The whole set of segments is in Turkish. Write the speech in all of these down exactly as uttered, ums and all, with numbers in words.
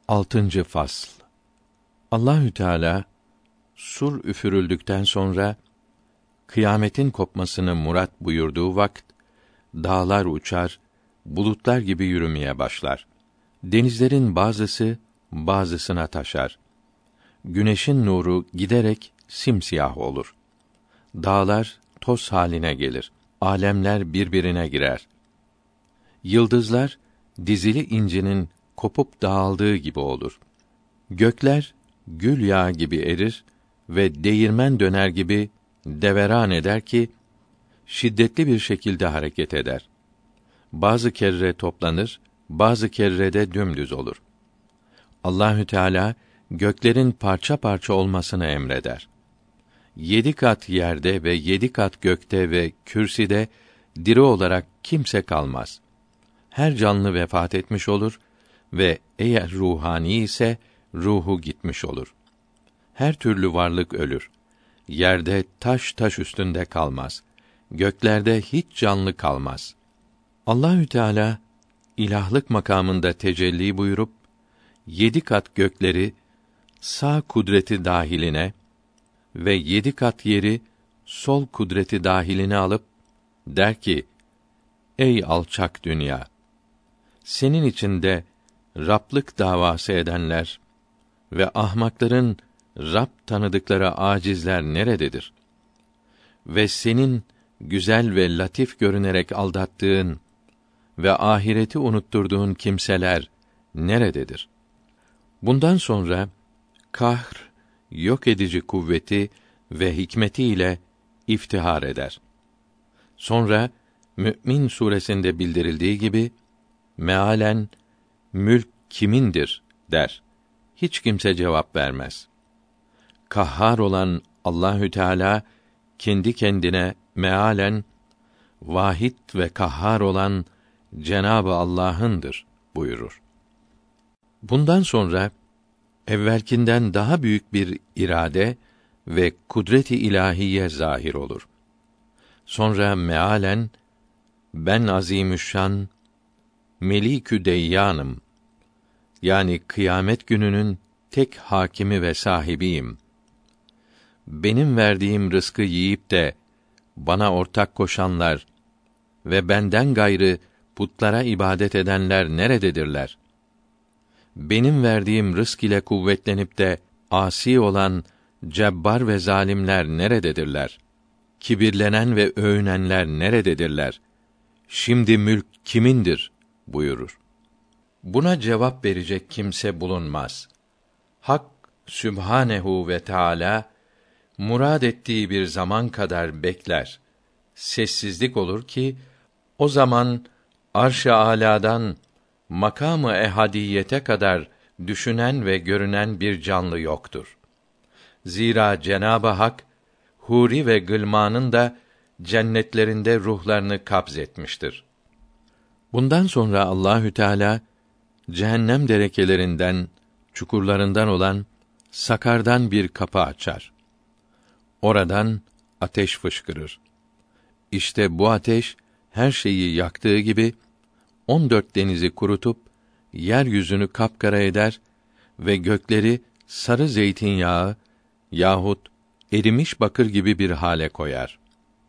Altıncı fasl. Allahü Teala sur üfürüldükten sonra kıyametin kopmasını murat buyurduğu vakit dağlar uçar, bulutlar gibi yürümeye başlar. Denizlerin bazısı bazısına taşar. Güneşin nuru giderek simsiyah olur. Dağlar toz haline gelir. Alemler birbirine girer. Yıldızlar dizili incinin kopup dağıldığı gibi olur. Gökler gül yağı gibi erir ve değirmen döner gibi deveran eder ki şiddetli bir şekilde hareket eder. Bazı kere toplanır, bazı kere de dümdüz olur. Allahü Teala göklerin parça parça olmasını emreder. Yedi kat yerde ve yedi kat gökte ve kürsüde diri olarak kimse kalmaz. Her canlı vefat etmiş olur ve eğer ruhani ise ruhu gitmiş olur. Her türlü varlık ölür. Yerde taş taş üstünde kalmaz. Göklerde hiç canlı kalmaz. Allahü Teala ilahlık makamında tecelli buyurup yedi kat gökleri sağ kudreti dahiline ve yedi kat yeri sol kudreti dahiline alıp der ki: Ey alçak dünya! Senin içinde Rablık davası edenler ve ahmakların Rab tanıdıkları acizler nerededir? Ve senin güzel ve latif görünerek aldattığın ve ahireti unutturduğun kimseler nerededir? Bundan sonra kahr, yok edici kuvveti ve hikmetiyle iftihar eder. Sonra Mü'min suresinde bildirildiği gibi mealen mülk kimindir der. Hiç kimse cevap vermez. Kahhar olan Allahü Teala kendi kendine mealen vahid ve kahhar olan Cenab-ı Allah'ındır buyurur. Bundan sonra evvelkinden daha büyük bir irade ve kudret-i ilahiye zahir olur. Sonra mealen ben azimüşşan melikü deyyanım, yani kıyamet gününün tek hakimi ve sahibiyim. Benim verdiğim rızkı yiyip de bana ortak koşanlar ve benden gayrı putlara ibadet edenler nerededirler? Benim verdiğim rızk ile kuvvetlenip de asi olan cebbar ve zalimler nerededirler? Kibirlenen ve övünenler nerededirler? Şimdi mülk kimindir buyurur. Buna cevap verecek kimse bulunmaz. Hak Sübhanehu ve Teala murad ettiği bir zaman kadar bekler. Sessizlik olur ki o zaman arş-ı âlâdan makam-ı ehadiyete kadar düşünen ve görünen bir canlı yoktur. Zira Cenab-ı Hak huri ve gılmanın da cennetlerinde ruhlarını kabz etmiştir. Bundan sonra Allahü Teala cehennem derekelerinden, çukurlarından olan sakardan bir kapı açar. Oradan ateş fışkırır. İşte bu ateş her şeyi yaktığı gibi on dört denizi kurutup yeryüzünü kapkara eder ve gökleri sarı zeytinyağı yahut erimiş bakır gibi bir hale koyar.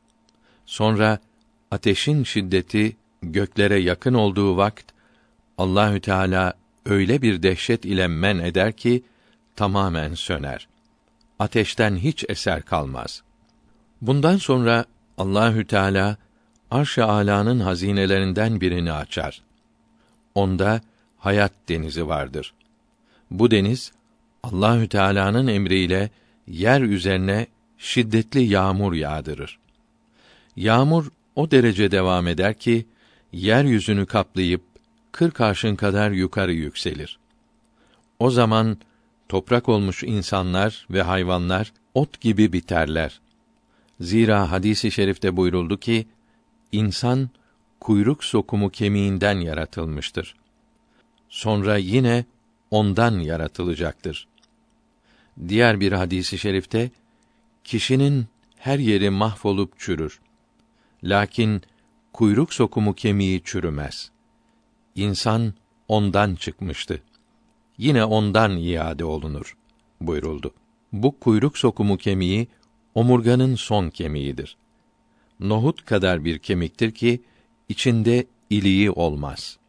Sonra ateşin şiddeti göklere yakın olduğu vakit Allahü Teala öyle bir dehşet ile men eder ki tamamen söner. Ateşten hiç eser kalmaz. Bundan sonra Allahü Teala arş-ı âlânın hazinelerinden birini açar. Onda hayat denizi vardır. Bu deniz Allahü Teala'nın emriyle yer üzerine şiddetli yağmur yağdırır. Yağmur o derece devam eder ki yeryüzünü kaplayıp kırk arşın kadar yukarı yükselir. O zaman toprak olmuş insanlar ve hayvanlar ot gibi biterler. Zira hadisi i şerifte buyuruldu ki insan kuyruk sokumu kemiğinden yaratılmıştır. Sonra yine ondan yaratılacaktır. Diğer bir hadisi i şerifte kişinin her yeri mahvolup çürür. Lakin kuyruk sokumu kemiği çürümez. İnsan ondan çıkmıştı. yine ondan iade olunur buyuruldu. Bu kuyruk sokumu kemiği omurganın son kemiğidir. Nohut kadar bir kemiktir ki içinde iliği olmaz.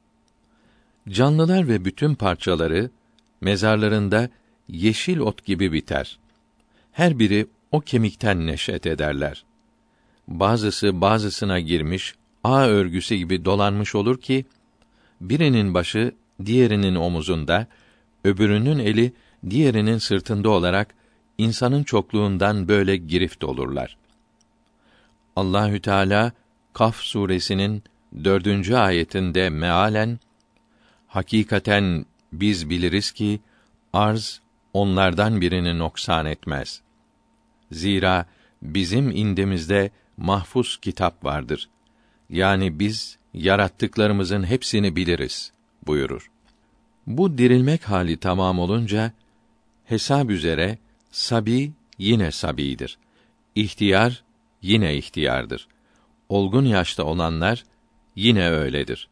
Canlılar ve bütün parçaları mezarlarında yeşil ot gibi biter. Her biri o kemikten neş'et ederler. Bazısı bazısına girmiş, ağ örgüsü gibi dolanmış olur ki, birinin başı diğerinin omuzunda, öbürünün eli diğerinin sırtında olarak insanın çokluğundan böyle girift olurlar. Allahü Teala Kaf suresinin dördüncü ayetinde mealen, hakikaten biz biliriz ki arz onlardan birini noksan etmez. Zira bizim indimizde mahfuz kitap vardır. Yani biz yarattıklarımızın hepsini biliriz buyurur. Bu dirilmek hali tamam olunca hesap üzere sabi yine sabidir. İhtiyar yine ihtiyardır. Olgun yaşta olanlar yine öyledir.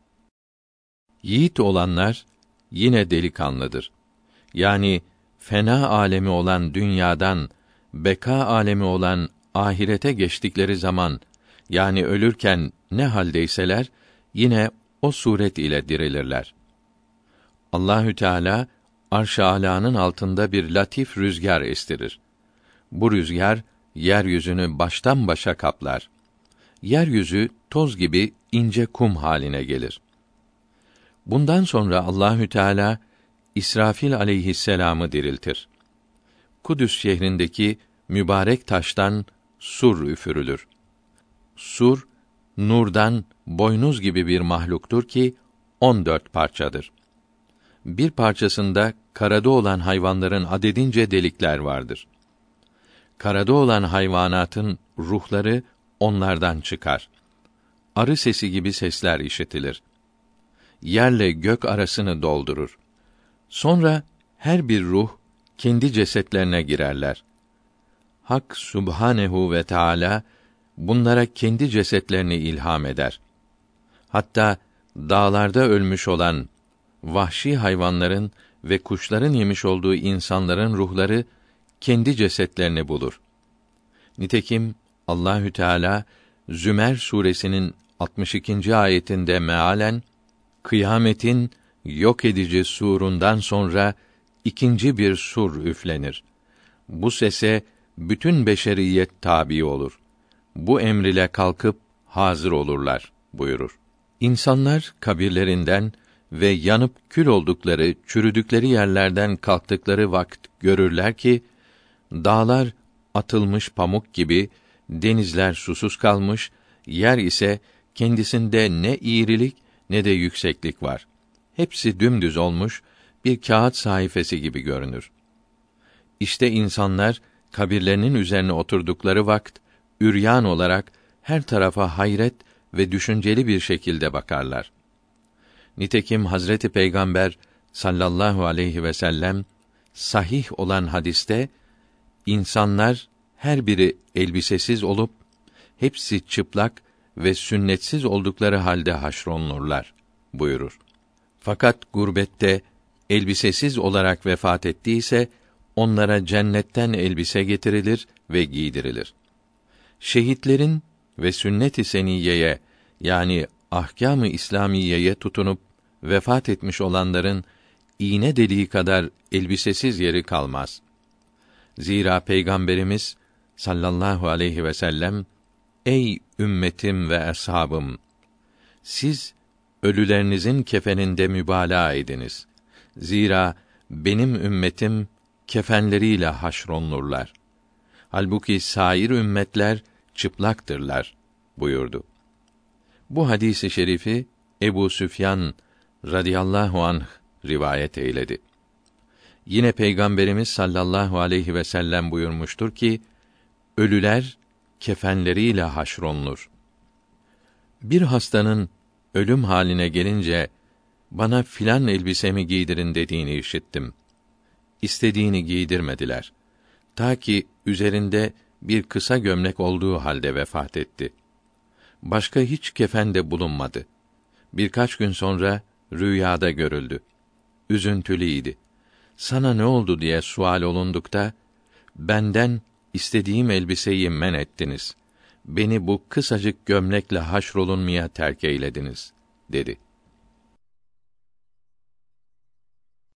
Yiğit olanlar yine delikanlıdır. Yani fena alemi olan dünyadan beka alemi olan ahirete geçtikleri zaman, yani ölürken ne haldeyseler yine o suret ile dirilirler. Allahü Teala arş-ı âlâ'nın altında bir latif rüzgar estirir. Bu rüzgar yeryüzünü baştan başa kaplar. Yeryüzü toz gibi ince kum haline gelir. Bundan sonra Allahü Teala İsrafil aleyhisselam'ı diriltir. Kudüs şehrindeki mübarek taştan sur üfürülür. Sur, nurdan boynuz gibi bir mahluktur ki on dört parçadır. Bir parçasında karada olan hayvanların adedince delikler vardır. Karada olan hayvanatın ruhları onlardan çıkar. Arı sesi gibi sesler işitilir. Yerle gök arasını doldurur. Sonra her bir ruh kendi cesetlerine girerler. Hak Subhanehu ve Teala bunlara kendi cesetlerini ilham eder. Hatta dağlarda ölmüş olan vahşi hayvanların ve kuşların yemiş olduğu insanların ruhları kendi cesetlerini bulur. Nitekim Allahü Teala Zümer suresinin altmış ikinci ayetinde mealen kıyametin yok edici surundan sonra ikinci bir sur üflenir. Bu sese bütün beşeriyet tabi olur. Bu emr ile kalkıp hazır olurlar buyurur. İnsanlar kabirlerinden ve yanıp kül oldukları, çürüdükleri yerlerden kalktıkları vakit görürler ki dağlar atılmış pamuk gibi, denizler susuz kalmış, yer ise kendisinde ne iğrilik ne de yükseklik var. Hepsi dümdüz olmuş bir kağıt sayfası gibi görünür. İşte insanlar kabirlerinin üzerine oturdukları vakit üryan olarak her tarafa hayret ve düşünceli bir şekilde bakarlar. Nitekim Hazreti Peygamber sallallahu aleyhi ve sellem sahih olan hadiste insanlar her biri elbisesiz olup hepsi çıplak ve sünnetsiz oldukları halde haşrolunurlar buyurur. Fakat gurbette elbisesiz olarak vefat ettiyse onlara cennetten elbise getirilir ve giydirilir. Şehitlerin ve sünnet-i seniyeye yani ahkâm-ı İslamiyeye tutunup vefat etmiş olanların iğne deliği kadar elbisesiz yeri kalmaz. Zira Peygamberimiz sallallahu aleyhi ve sellem ey ümmetim ve ashabım, siz ölülerinizin kefeninde mübalağa ediniz. Zira benim ümmetim kefenleriyle haşrolunurlar. Halbuki sair ümmetler çıplaktırlar buyurdu. Bu hadisi şerifi Ebu Süfyan radıyallahu anh rivayet eyledi. Yine Peygamberimiz sallallahu aleyhi ve sellem buyurmuştur ki ölüler kefenleriyle haşrolunur. Bir hastanın ölüm haline gelince bana filan elbisemi giydirin dediğini işittim. İstediğini giydirmediler. Ta ki üzerinde bir kısa gömlek olduğu halde vefat etti. Başka hiç kefen de bulunmadı. Birkaç gün sonra rüyada görüldü. üzüntülüydi. Sana ne oldu diye sual olundukta, benden istediğim elbiseyi men ettiniz. Beni bu kısacık gömlekle haşrolunmaya terk eylediniz, dedi.